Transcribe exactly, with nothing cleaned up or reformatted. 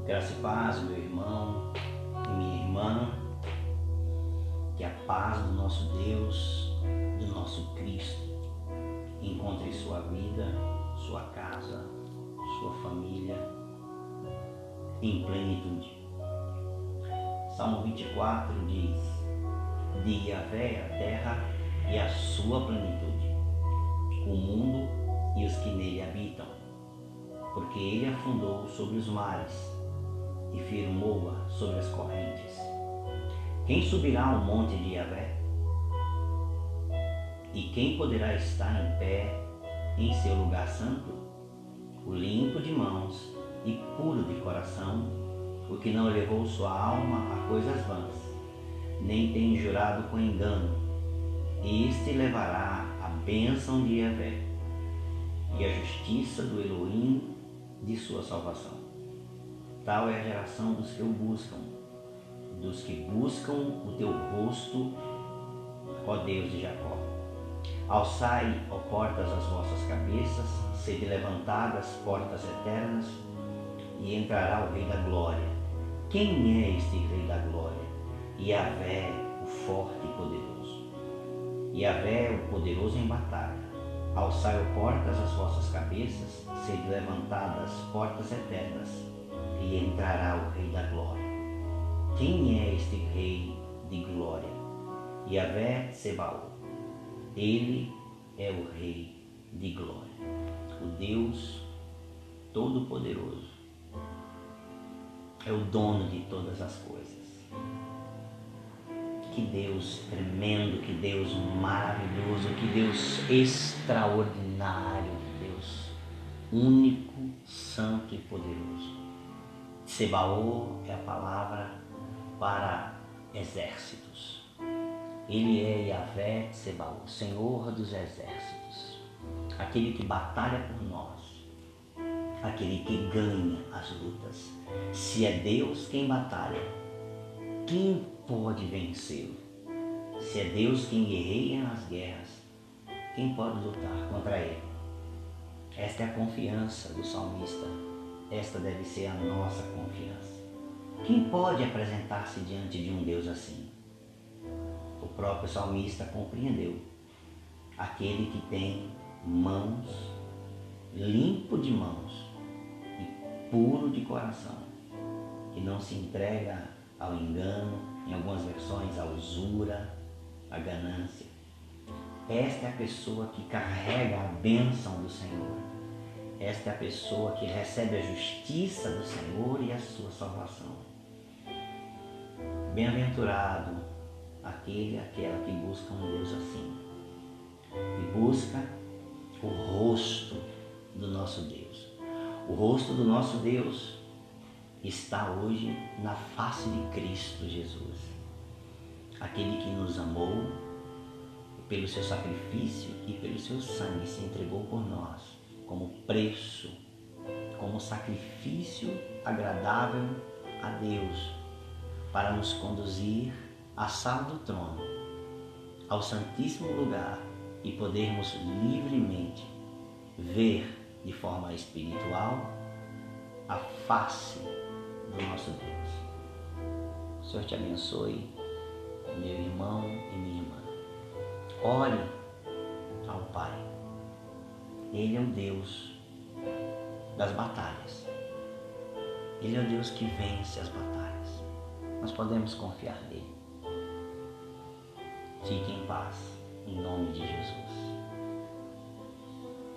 Graça e paz, meu irmão e minha irmã. Que a paz do nosso Deus, do nosso Cristo, encontre sua vida, sua casa, sua família em plenitude. Salmo vinte e quatro diz: de Yahvé a terra e a sua plenitude, o mundo e os que nele habitam, porque ele afundou sobre os mares e firmou-a sobre as correntes. Quem subirá ao monte de Yahvé? E quem poderá estar em pé em seu lugar santo? O limpo de mãos e puro de coração, o que não levou sua alma a coisas vãs, nem tem jurado com engano, este levará a bênção de Yahvé e a justiça do Elohim de sua salvação. Tal é a geração dos que o buscam, dos que buscam o teu rosto, ó Deus de Jacó. Alçai, ó portas, as vossas cabeças, sede levantadas, portas eternas, e entrará o Rei da Glória. Quem é este Rei da Glória? Yahvé, o forte e poderoso. Yahvé, o poderoso em batalha. Alçai, ó portas, as vossas cabeças, sede levantadas, portas eternas, e entrará o Rei da Glória. Quem é este Rei de Glória? Yahvé Sebaot. Ele é o Rei de Glória, o Deus Todo-Poderoso. É o dono de todas as coisas. Que Deus tremendo, que Deus maravilhoso, que Deus extraordinário, Deus único, santo e poderoso. Sebaot é a palavra para exércitos. Ele é Yahvé Sebaot, Senhor dos exércitos, aquele que batalha por nós, aquele que ganha as lutas. Se é Deus quem batalha, quem pode vencê-lo? Se é Deus quem guerreia nas guerras, quem pode lutar contra ele? Esta é a confiança do salmista. Esta deve ser a nossa confiança. Quem pode apresentar-se diante de um Deus assim? O próprio salmista compreendeu. Aquele que tem mãos, limpo de mãos e puro de coração, que não se entrega ao engano, em algumas versões à usura, à ganância. Esta é a pessoa que carrega a bênção do Senhor. Esta é a pessoa que recebe a justiça do Senhor e a sua salvação. Bem-aventurado aquele, aquela que busca um Deus assim, e busca o rosto do nosso Deus. O rosto do nosso Deus está hoje na face de Cristo Jesus, aquele que nos amou pelo seu sacrifício e pelo seu sangue, se entregou por nós como preço, como sacrifício agradável a Deus, para nos conduzir à sala do trono, ao santíssimo lugar, e podermos livremente ver de forma espiritual a face do nosso Deus. O Senhor te abençoe, meu irmão e minha irmã. Ore ao Pai. Ele é o Deus das batalhas. Ele é o Deus que vence as batalhas. Nós podemos confiar nele. Fique em paz, em nome de Jesus.